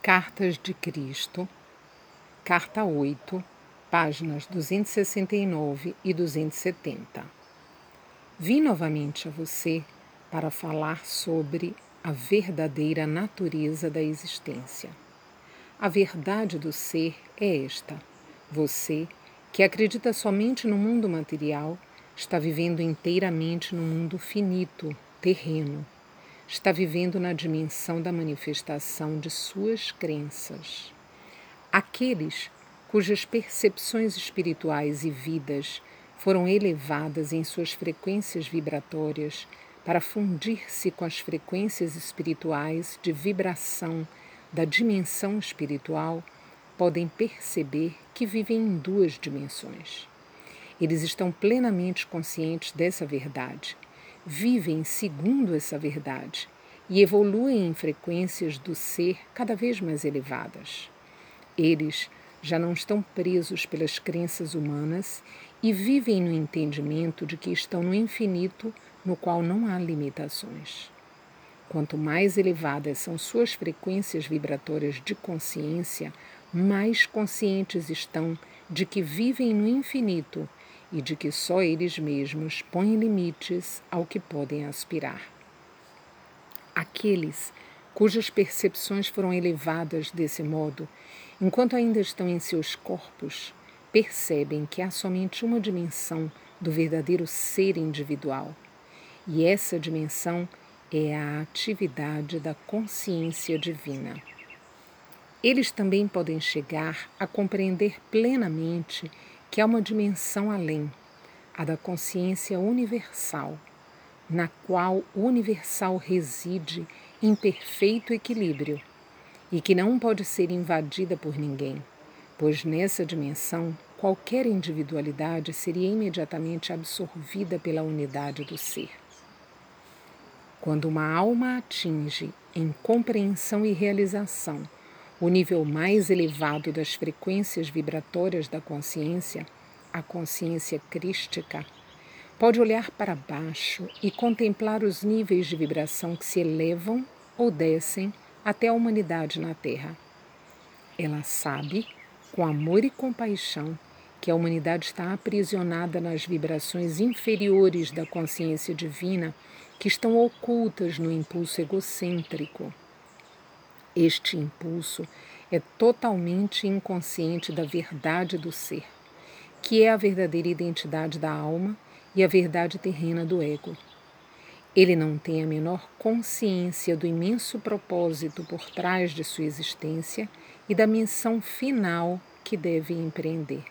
Cartas de Cristo, Carta 8, páginas 269 e 270. Vim novamente a você para falar sobre a verdadeira natureza da existência. A verdade do ser é esta: você, que acredita somente no mundo material, está vivendo inteiramente no mundo finito, terreno. Está vivendo na dimensão da manifestação de suas crenças. Aqueles cujas percepções espirituais e vidas foram elevadas em suas frequências vibratórias para fundir-se com as frequências espirituais de vibração da dimensão espiritual, podem perceber que vivem em duas dimensões. Eles estão plenamente conscientes dessa verdade, vivem segundo essa verdade e evoluem em frequências do ser cada vez mais elevadas. Eles já não estão presos pelas crenças humanas e vivem no entendimento de que estão no infinito, no qual não há limitações. Quanto mais elevadas são suas frequências vibratórias de consciência, mais conscientes estão de que vivem no infinito e de que só eles mesmos põem limites ao que podem aspirar. Aqueles cujas percepções foram elevadas desse modo, enquanto ainda estão em seus corpos, percebem que há somente uma dimensão do verdadeiro ser individual, e essa dimensão é a atividade da consciência divina. Eles também podem chegar a compreender plenamente que há uma dimensão além, a da consciência universal, na qual o universal reside em perfeito equilíbrio e que não pode ser invadida por ninguém, pois nessa dimensão qualquer individualidade seria imediatamente absorvida pela unidade do ser. Quando uma alma atinge, em compreensão e realização, o nível mais elevado das frequências vibratórias da consciência, a consciência crística, pode olhar para baixo e contemplar os níveis de vibração que se elevam ou descem até a humanidade na Terra. Ela sabe, com amor e compaixão, que a humanidade está aprisionada nas vibrações inferiores da consciência divina que estão ocultas no impulso egocêntrico. Este impulso é totalmente inconsciente da verdade do ser, que é a verdadeira identidade da alma e a verdade terrena do ego. Ele não tem a menor consciência do imenso propósito por trás de sua existência e da missão final que deve empreender.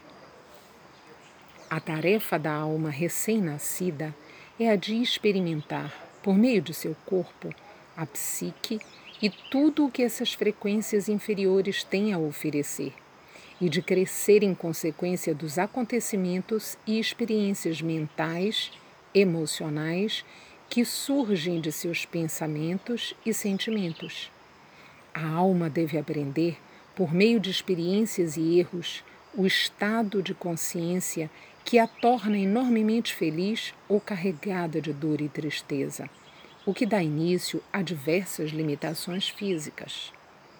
A tarefa da alma recém-nascida é a de experimentar, por meio de seu corpo, a psique e tudo o que essas frequências inferiores têm a oferecer, e de crescer em consequência dos acontecimentos e experiências mentais, emocionais, que surgem de seus pensamentos e sentimentos. A alma deve aprender, por meio de experiências e erros, o estado de consciência que a torna enormemente feliz ou carregada de dor e tristeza, o que dá início a diversas limitações físicas.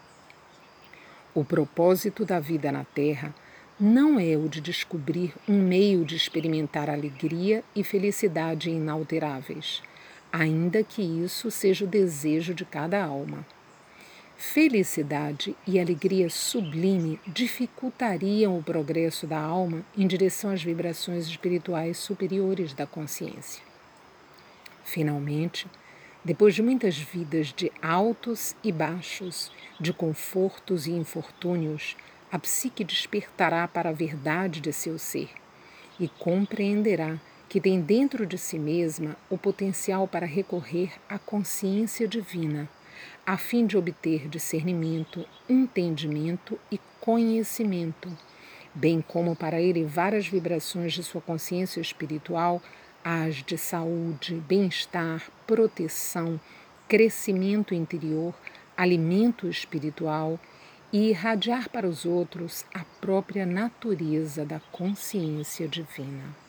O propósito da vida na Terra não é o de descobrir um meio de experimentar alegria e felicidade inalteráveis, ainda que isso seja o desejo de cada alma. Felicidade e alegria sublime dificultariam o progresso da alma em direção às vibrações espirituais superiores da consciência. Finalmente, depois de muitas vidas de altos e baixos, de confortos e infortúnios, a psique despertará para a verdade de seu ser e compreenderá que tem dentro de si mesma o potencial para recorrer à consciência divina, a fim de obter discernimento, entendimento e conhecimento, bem como para elevar as vibrações de sua consciência espiritual às de saúde, bem-estar, proteção, crescimento interior, alimento espiritual e irradiar para os outros a própria natureza da consciência divina.